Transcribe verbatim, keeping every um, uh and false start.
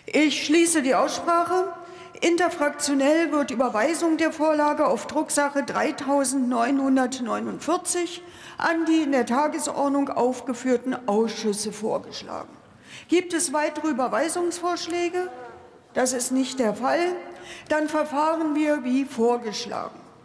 Ich schließe die Aussprache. Interfraktionell wird Überweisung der Vorlage auf Drucksache dreitausendneunhundertneunundvierzig an die in der Tagesordnung aufgeführten Ausschüsse vorgeschlagen. Gibt es weitere Überweisungsvorschläge? Das ist nicht der Fall. Dann verfahren wir wie vorgeschlagen.